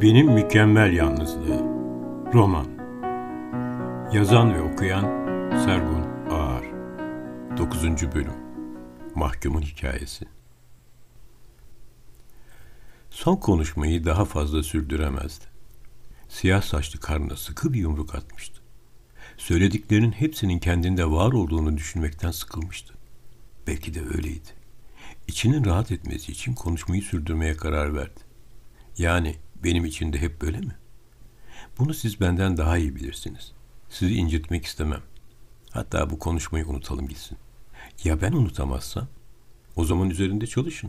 Benim Mükemmel Yalnızlığı. Roman. Yazan ve okuyan Sergun Ağar. 9. Bölüm. Mahkumun Hikayesi. Son konuşmayı daha fazla sürdüremezdi. Siyah saçlı karnına sıkı bir yumruk atmıştı. Söylediklerinin hepsinin kendinde var olduğunu düşünmekten sıkılmıştı. Belki de öyleydi. İçinin rahat etmesi için konuşmayı sürdürmeye karar verdi. Yani benim için de hep böyle mi? Bunu siz benden daha iyi bilirsiniz. Sizi incitmek istemem. Hatta bu konuşmayı unutalım gitsin. Ya ben unutamazsam? O zaman üzerinde çalışın.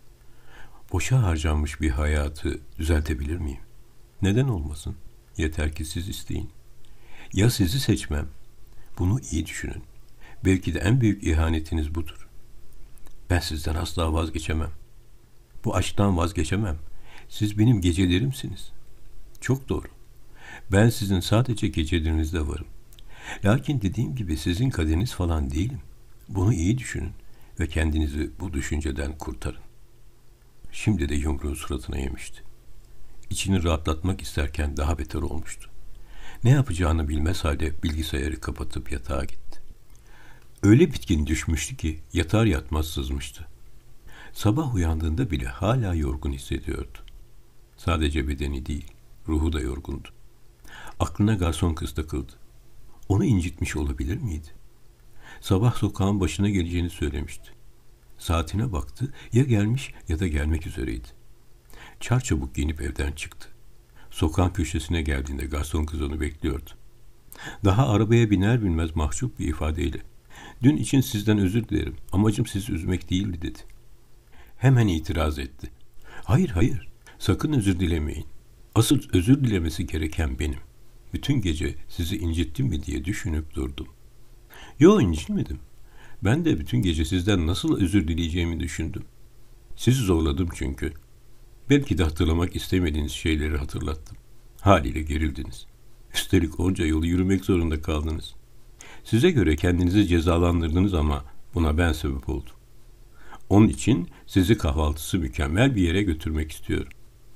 Boşa harcanmış bir hayatı düzeltebilir miyim? Neden olmasın? Yeter ki siz isteyin. Ya sizi seçmem? Bunu iyi düşünün. Belki de en büyük ihanetiniz budur. Ben sizden asla vazgeçemem. Bu aşktan vazgeçemem. Siz benim gecelerimsiniz. Çok doğru. Ben sizin sadece gecelerinizde varım. Lakin dediğim gibi sizin kaderiniz falan değilim. Bunu iyi düşünün ve kendinizi bu düşünceden kurtarın. Şimdi de yumruğu suratına yemişti. İçini rahatlatmak isterken daha beter olmuştu. Ne yapacağını bilmez halde bilgisayarı kapatıp yatağa gitti. Öyle bitkin düşmüştü ki yatar yatmaz sızmıştı. Sabah uyandığında bile hala yorgun hissediyordu. Sadece bedeni değil, ruhu da yorgundu. Aklına garson kız takıldı. Onu incitmiş olabilir miydi? Sabah sokağın başına geleceğini söylemişti. Saatine baktı, ya gelmiş ya da gelmek üzereydi. Çarçabuk giyinip evden çıktı. Sokağın köşesine geldiğinde garson kız onu bekliyordu. Daha arabaya biner binmez mahcup bir ifadeyle, "Dün için sizden özür dilerim, amacım sizi üzmek değildi," dedi. Hemen itiraz etti. Hayır, sakın özür dilemeyin. Asıl özür dilemesi gereken benim. Bütün gece sizi incittim mi diye düşünüp durdum. Yo, incitmedim. Ben de bütün gece sizden nasıl özür dileyeceğimi düşündüm. Sizi zorladım çünkü. Belki de hatırlamak istemediğiniz şeyleri hatırlattım. Haliyle gerildiniz. Üstelik onca yolu yürümek zorunda kaldınız. Size göre kendinizi cezalandırdınız ama buna ben sebep oldum. Onun için sizi kahvaltısı mükemmel bir yere götürmek istiyorum.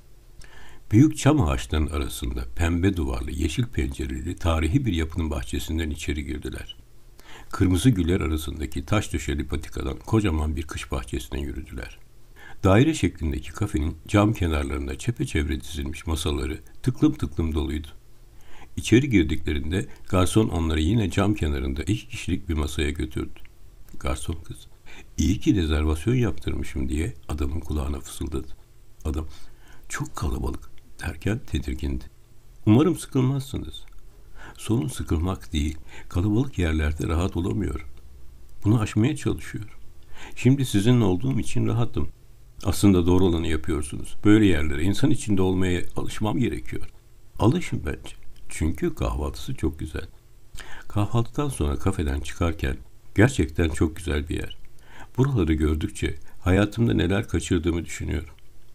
Büyük çam ağaçlarının arasında pembe duvarlı, yeşil pencereli tarihi bir yapının bahçesinden içeri girdiler. Kırmızı güller arasındaki taş döşeli patikadan kocaman bir kış bahçesine yürüdüler. Daire şeklindeki kafenin cam kenarlarında çepeçevre dizilmiş masaları tıklım tıklım doluydu. İçeri girdiklerinde garson onları yine cam kenarında 2 kişilik bir masaya götürdü. Garson kız, "İyi ki rezervasyon yaptırmışım," diye adamın kulağına fısıldadı. Adam, "Çok kalabalık," derken tedirgindi. "Umarım sıkılmazsınız." Sorun sıkılmak değil, kalabalık yerlerde rahat olamıyorum. Bunu aşmaya çalışıyorum. Şimdi sizinle olduğum için rahatım. Aslında doğru olanı yapıyorsunuz. Böyle yerlere insan içinde olmaya alışmam gerekiyor. Alışın bence. Çünkü kahvaltısı çok güzel. Kahvaltıdan sonra kafeden çıkarken gerçekten çok güzel bir yer. Buraları gördükçe hayatımda neler kaçırdığımı düşünüyorum.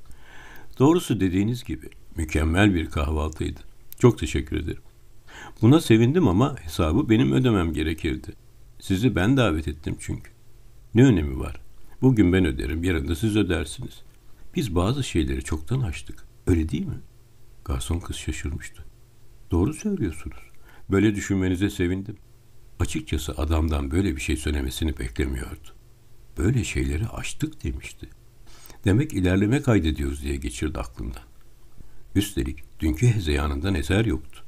Doğrusu dediğiniz gibi mükemmel bir kahvaltıydı. Çok teşekkür ederim. Buna sevindim ama hesabı benim ödemem gerekirdi. Sizi ben davet ettim çünkü. Ne önemi var? Bugün ben öderim, yarın da siz ödersiniz. Biz bazı şeyleri çoktan aştık. Öyle değil mi? Garson kız şaşırmıştı. Doğru söylüyorsunuz. Böyle düşünmenize sevindim. Açıkçası adamdan böyle bir şey söylemesini beklemiyordu. Böyle şeyleri aştık demişti. Demek ilerleme kaydediyoruz diye geçirdi aklımdan. Üstelik dünkü hezeyanından eser yoktu.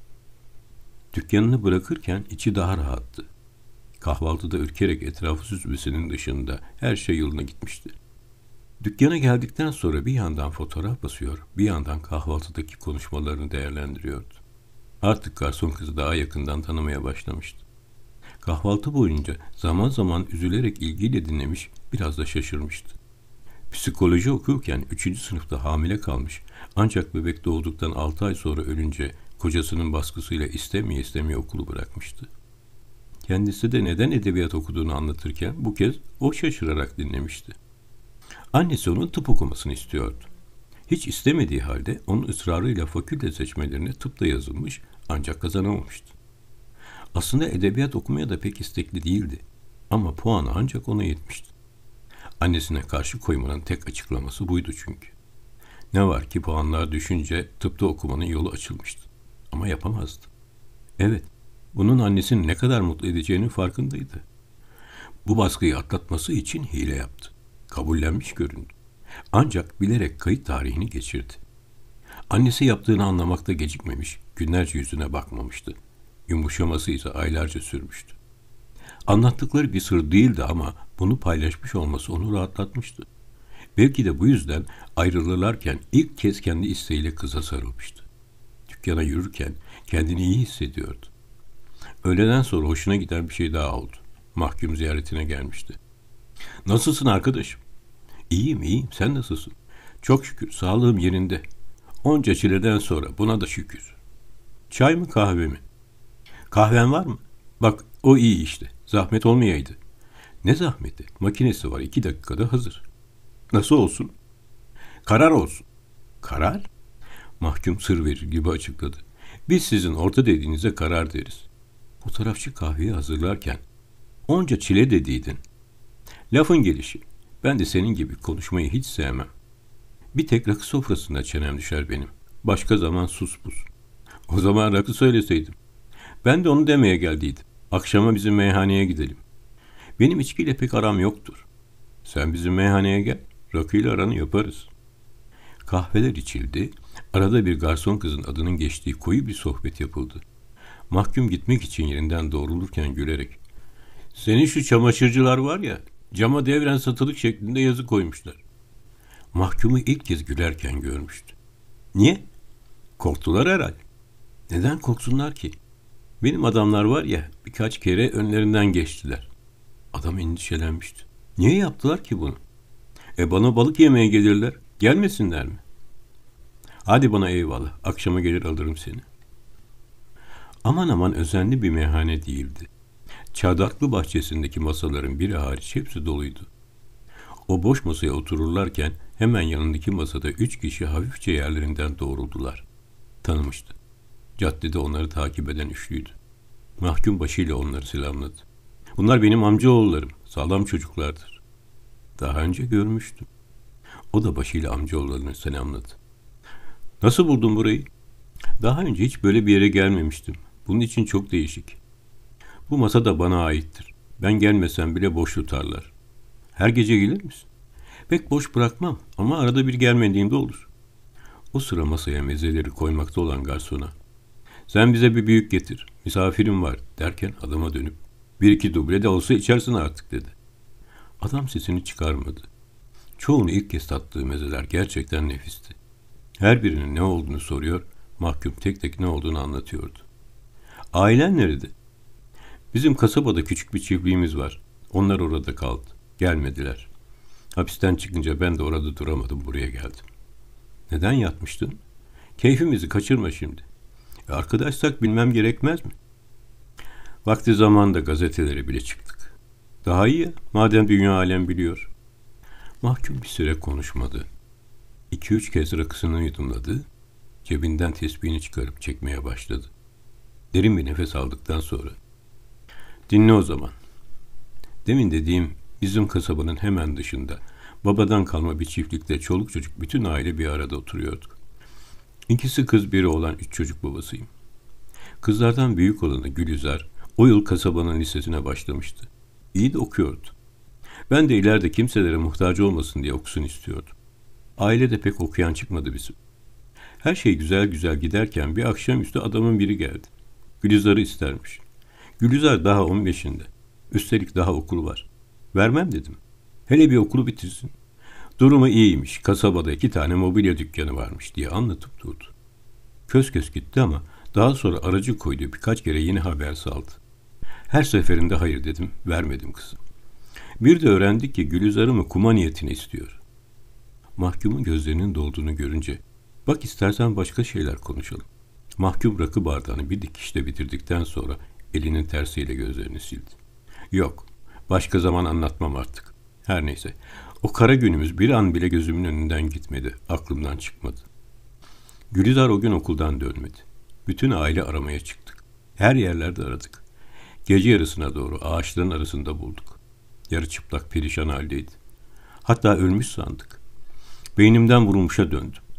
Dükkanını bırakırken içi daha rahattı. Kahvaltıda ürkerek etrafı süzmesinin dışında her şey yoluna gitmişti. Dükkana geldikten sonra bir yandan fotoğraf basıyor, bir yandan kahvaltıdaki konuşmalarını değerlendiriyordu. Artık garson kızı daha yakından tanımaya başlamıştı. Kahvaltı boyunca zaman zaman üzülerek ilgiyle dinlemiş, biraz da şaşırmıştı. Psikoloji okurken 3. sınıfta hamile kalmış, ancak bebek doğduktan 6 ay sonra ölünce kocasının baskısıyla istemeye okulu bırakmıştı. Kendisi de neden edebiyat okuduğunu anlatırken bu kez o şaşırarak dinlemişti. Annesi onun tıp okumasını istiyordu. Hiç istemediği halde onun ısrarıyla fakülte seçmelerine tıpta yazılmış ancak kazanamamıştı. Aslında edebiyat okumaya da pek istekli değildi ama puanı ancak ona yetmişti. Annesine karşı koymanın tek açıklaması buydu çünkü. Ne var ki puanlar düşünce tıpta okumanın yolu açılmıştı. Ama yapamazdı. Evet, bunun annesini ne kadar mutlu edeceğinin farkındaydı. Bu baskıyı atlatması için hile yaptı. Kabullenmiş göründü. Ancak bilerek kayıt tarihini geçirdi. Annesi yaptığını anlamakta gecikmemiş, günlerce yüzüne bakmamıştı. Yumuşaması ise aylarca sürmüştü. Anlattıkları bir sır değildi ama bunu paylaşmış olması onu rahatlatmıştı. Belki de bu yüzden ayrılırlarken ilk kez kendi isteğiyle kıza sarılmıştı. Dükkana yürürken kendini iyi hissediyordu. Öğleden sonra hoşuna giden bir şey daha oldu. Mahkum ziyaretine gelmişti. Nasılsın arkadaşım? İyiyim iyiyim, sen nasılsın? Çok şükür sağlığım yerinde. Onca çileden sonra buna da şükür. Çay mı kahve mi? Kahven var mı? Bak o iyi işte. Zahmet olmayaydı. Ne zahmeti? Makinesi var, 2 dakikada hazır. Nasıl olsun? Karar olsun. Karar? Mahkum sır verir gibi açıkladı. Biz sizin orta dediğinize karar deriz. Fotoğrafçı kahveyi hazırlarken onca çile dediydin. Lafın gelişi. Ben de senin gibi konuşmayı hiç sevmem. Bir tek rakı sofrasında çenem düşer benim. Başka zaman sus pus. O zaman rakı söyleseydim. Ben de onu demeye geldiydim. Akşama bizim meyhaneye gidelim. Benim içkiyle pek aram yoktur. Sen bizim meyhaneye gel. Rakıyla aranı yaparız. Kahveler içildi. Arada bir garson kızın adının geçtiği koyu bir sohbet yapıldı. Mahkum gitmek için yerinden doğrulurken gülerek, senin şu çamaşırcılar var ya, cama devren satılık şeklinde yazı koymuşlar. Mahkumu ilk kez gülerken görmüştü. Niye? Korktular herhal. Neden korksunlar ki? Benim adamlar var ya, birkaç kere önlerinden geçtiler. Adam endişelenmişti. Niye yaptılar ki bunu? Bana balık yemeye gelirler. Gelmesinler mi? Hadi bana eyvallah. Akşama gelir alırım seni. Aman aman özenli bir meyhane değildi. Çardaklı bahçesindeki masaların biri hariç hepsi doluydu. O boş masaya otururlarken hemen yanındaki masada 3 kişi hafifçe yerlerinden doğruldular. Tanımıştı. Caddede onları takip eden üçlüydü. Mahkum başıyla onları selamladı. Bunlar benim amcaoğullarım. Sağlam çocuklardır. Daha önce görmüştüm. O da başıyla amcaoğullarını selamladı. Nasıl buldun burayı? Daha önce hiç böyle bir yere gelmemiştim. Bunun için çok değişik. Bu masa da bana aittir. Ben gelmesem bile boş tutarlar. Her gece gelir misin? Pek boş bırakmam ama arada bir gelmediğimde olur. O sıra masaya mezeleri koymakta olan garsona, sen bize bir büyük getir, misafirim var derken adama dönüp, 1-2 duble de olsa içersin artık dedi. Adam sesini çıkarmadı. Çoğunu ilk kez tattığı mezeler gerçekten nefisti. Her birinin ne olduğunu soruyor, mahkum tek tek ne olduğunu anlatıyordu. Ailen nerede? Bizim kasabada küçük bir çiftliğimiz var. Onlar orada kaldı. Gelmediler. Hapisten çıkınca ben de orada duramadım, buraya geldim. Neden yatmıştın? Keyfimizi kaçırma şimdi. Arkadaşsak bilmem gerekmez mi? Vakti zamanında gazetelere bile çıktık. Daha iyi ya, madem dünya alem biliyor. Mahkum bir süre konuşmadı. 2-3 kez rakısını yudumladı. Cebinden tesbihini çıkarıp çekmeye başladı. Derin bir nefes aldıktan sonra, dinle o zaman. Demin dediğim bizim kasabanın hemen dışında babadan kalma bir çiftlikte çoluk çocuk bütün aile bir arada oturuyorduk. 2'si kız, biri oğlan, 3 çocuk babasıyım. Kızlardan büyük olanı Gülizar o yıl kasabanın lisesine başlamıştı. İyi de okuyordu. Ben de ileride kimselere muhtaç olmasın diye okusun istiyordum. Ailede pek okuyan çıkmadı bizim. Her şey güzel güzel giderken bir akşamüstü adamın biri geldi. Gülizar'ı istermiş. Gülizar daha 15'inde. Üstelik daha okulu var. Vermem dedim. Hele bir okulu bitirsin. Durumu iyiymiş. Kasabada 2 tane mobilya dükkanı varmış diye anlatıp durdu. Kös kös gitti ama daha sonra aracı koyduğu birkaç kere yeni haber saldı. Her seferinde hayır dedim. Vermedim kızım. Bir de öğrendik ki Gülizar'ımı kuma niyetine istiyor. Mahkumun gözlerinin dolduğunu görünce, bak istersen başka şeyler konuşalım. Mahkum rakı bardağını bir dikişte bitirdikten sonra elinin tersiyle gözlerini sildi. Yok, başka zaman anlatmam artık. Her neyse, o kara günümüz bir an bile gözümün önünden gitmedi, aklımdan çıkmadı. Gülizar o gün okuldan dönmedi. Bütün aile aramaya çıktık. Her yerlerde aradık. Gece yarısına doğru ağaçların arasında bulduk. Yarı çıplak, perişan haldeydi. Hatta ölmüş sandık. Beynimden vurulmuşa döndüm.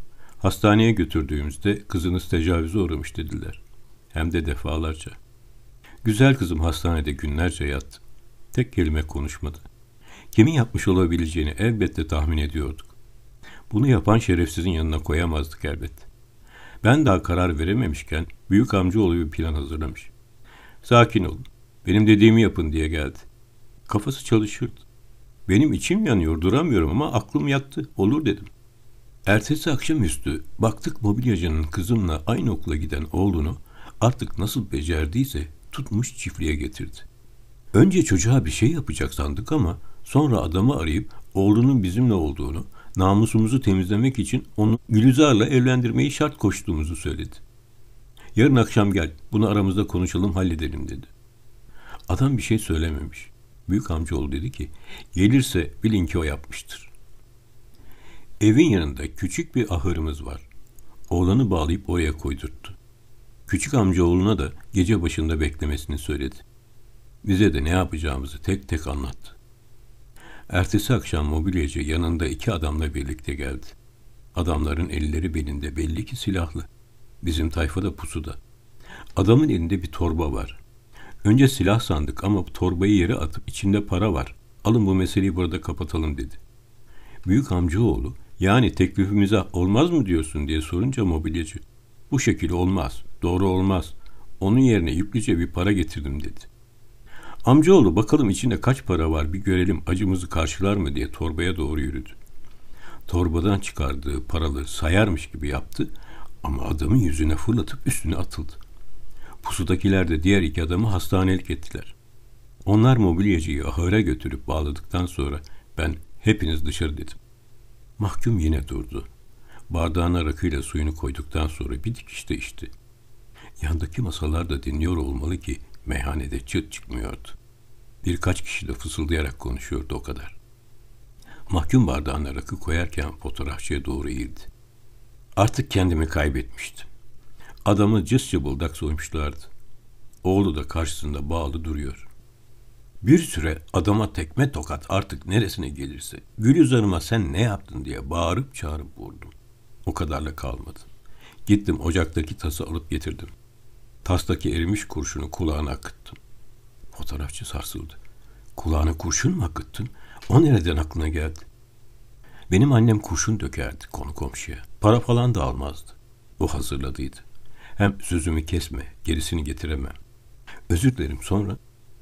Hastaneye götürdüğümüzde kızınız tecavüze uğramış dediler. Hem de defalarca. Güzel kızım hastanede günlerce yattı. Tek kelime konuşmadı. Kimin yapmış olabileceğini elbette tahmin ediyorduk. Bunu yapan şerefsizin yanına koyamazdık elbette. Ben daha karar verememişken büyük amcaoğlu bir plan hazırlamış. Sakin olun, benim dediğimi yapın diye geldi. Kafası çalışırdı. Benim içim yanıyor, duramıyorum ama aklım yattı, olur dedim. Ertesi akşamüstü baktık mobilyacının kızımla aynı okula giden oğlunu artık nasıl becerdiyse tutmuş çiftliğe getirdi. Önce çocuğa bir şey yapacak sandık ama sonra adamı arayıp oğlunun bizimle olduğunu, namusumuzu temizlemek için onu Gülizar'la evlendirmeyi şart koştuğumuzu söyledi. Yarın akşam gel, bunu aramızda konuşalım, halledelim dedi. Adam bir şey söylememiş. Büyük amcaoğlu dedi ki, gelirse bilin ki o yapmıştır. Evin yanında küçük bir ahırımız var. Oğlanı bağlayıp oraya koydurttu. Küçük amcaoğluna da gece başında beklemesini söyledi. Bize de ne yapacağımızı tek tek anlattı. Ertesi akşam mobilyacı yanında 2 adamla birlikte geldi. Adamların elleri belinde, belli ki silahlı. Bizim tayfa da pusuda. Adamın elinde bir torba var. Önce silah sandık ama torbayı yere atıp içinde para var. Alın bu meseleyi burada kapatalım dedi. Büyük amcaoğlu, yani teklifimize olmaz mı diyorsun diye sorunca mobilyacı, bu şekilde olmaz, doğru olmaz. Onun yerine yüklüce bir para getirdim dedi. Amcaoğlu bakalım içinde kaç para var bir görelim, acımızı karşılar mı diye torbaya doğru yürüdü. Torbadan çıkardığı paraları sayarmış gibi yaptı ama adamın yüzüne fırlatıp üstüne atıldı. Pusudakiler de diğer 2 adamı hastanelik ettiler. Onlar mobilyacıyı ahıra götürüp bağladıktan sonra ben hepiniz dışarı dedim. Mahkum yine durdu. Bardağına rakıyla suyunu koyduktan sonra bir dikişte içti. Yandaki masalar da dinliyor olmalı ki meyhanede çıt çıkmıyordu. Birkaç kişi de fısıldayarak konuşuyordu o kadar. Mahkum bardağına rakı koyarken fotoğrafçıya doğru eğildi. Artık kendimi kaybetmiştim. Adamı cız cıbıldak soymuşlardı. Oğlu da karşısında bağlı duruyor. Bir süre adama tekme tokat artık neresine gelirse Gülizar'ıma sen ne yaptın diye bağırıp çağırıp vurdum. O kadarla kalmadı. Gittim ocaktaki tası alıp getirdim. Tastaki erimiş kurşunu kulağına akıttım. Fotoğrafçı sarsıldı. Kulağına kurşun mu akıttın? O nereden aklına geldi? Benim annem kurşun dökerdi konu komşuya. Para falan da almazdı. O hazırladıydı. Hem sözümü kesme, gerisini getiremem. Özür dilerim sonra.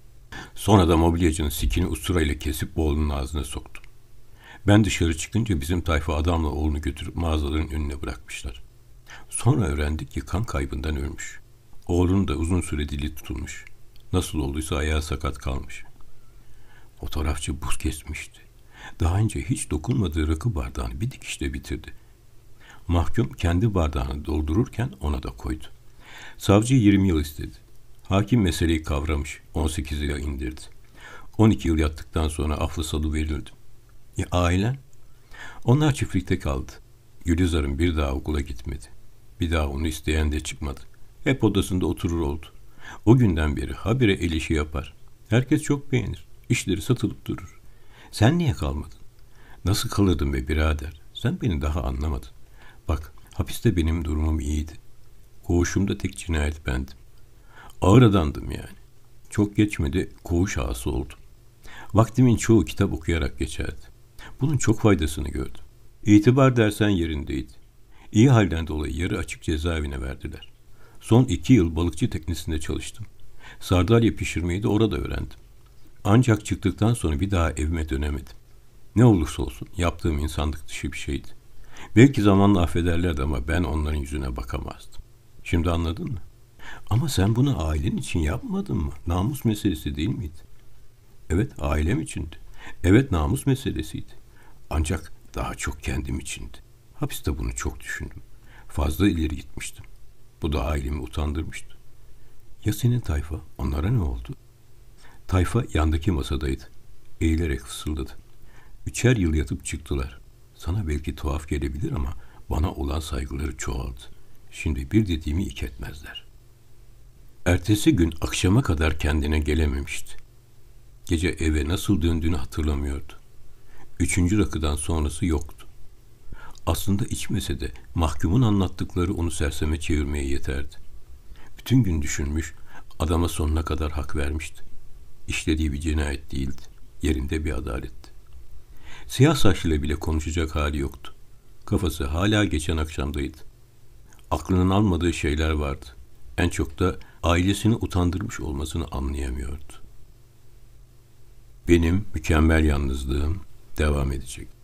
Sonra da mobilyacının sikini usturayla kesip oğlunun ağzına soktum. Ben dışarı çıkınca bizim tayfa adamla oğlunu götürüp mağazaların önüne bırakmışlar. Sonra öğrendik ki kan kaybından ölmüş. Oğlunun da uzun süre dili tutulmuş. Nasıl olduysa ayağı sakat kalmış. Fotoğrafçı buz kesmişti. Daha önce hiç dokunmadığı rakı bardağını bir dikişte bitirdi. Mahkum kendi bardağını doldururken ona da koydu. Savcı 20 yıl istedi. Hakim meseleyi kavramış, 18 yıla indirdi. 12 yıl yattıktan sonra affı salıverildim. Ya ailen? Onlar çiftlikte kaldı. Gülizar'ın bir daha okula gitmedi. Bir daha onu isteyen de çıkmadı. Hep odasında oturur oldu. O günden beri habire el işi yapar. Herkes çok beğenir. İşleri satılıp durur. Sen niye kalmadın? Nasıl kalırdın be birader? Sen beni daha anlamadın. Bak, hapiste benim durumum iyiydi. Koğuşumda tek cinayet bendim. Ağır adamdım yani. Çok geçmedi koğuş ağası oldum. Vaktimin çoğu kitap okuyarak geçerdi. Bunun çok faydasını gördüm. İtibar dersen yerindeydi. İyi halden dolayı yarı açık cezaevine verdiler. Son 2 yıl balıkçı teknesinde çalıştım. Sardalya pişirmeyi de orada öğrendim. Ancak çıktıktan sonra bir daha evime dönemedim. Ne olursa olsun yaptığım insanlık dışı bir şeydi. Belki zamanla affederlerdi ama ben onların yüzüne bakamazdım. Şimdi anladın mı? Ama sen bunu ailen için yapmadın mı? Namus meselesi değil miydi? Evet, ailem içindi. Evet, namus meselesiydi. Ancak daha çok kendim içindi. Hapiste bunu çok düşündüm. Fazla ileri gitmiştim. Bu da ailemi utandırmıştı. Ya senin tayfa? Onlara ne oldu? Tayfa yandaki masadaydı. Eğilerek fısıldadı. 3'er yıl yatıp çıktılar. Sana belki tuhaf gelebilir ama bana olan saygıları çoğaldı. Şimdi bir dediğimi iki etmezler. Ertesi gün akşama kadar kendine gelememişti. Gece eve nasıl döndüğünü hatırlamıyordu. 3. rakıdan sonrası yoktu. Aslında içmese de mahkumun anlattıkları onu serseme çevirmeye yeterdi. Bütün gün düşünmüş, adama sonuna kadar hak vermişti. İşlediği bir cinayet değildi, yerinde bir adaletti. Siyah saçlıyla bile konuşacak hali yoktu. Kafası hala geçen akşamdaydı. Aklının almadığı şeyler vardı. En çok da ailesini utandırmış olmasını anlayamıyordu. Benim mükemmel yalnızlığım devam edecek.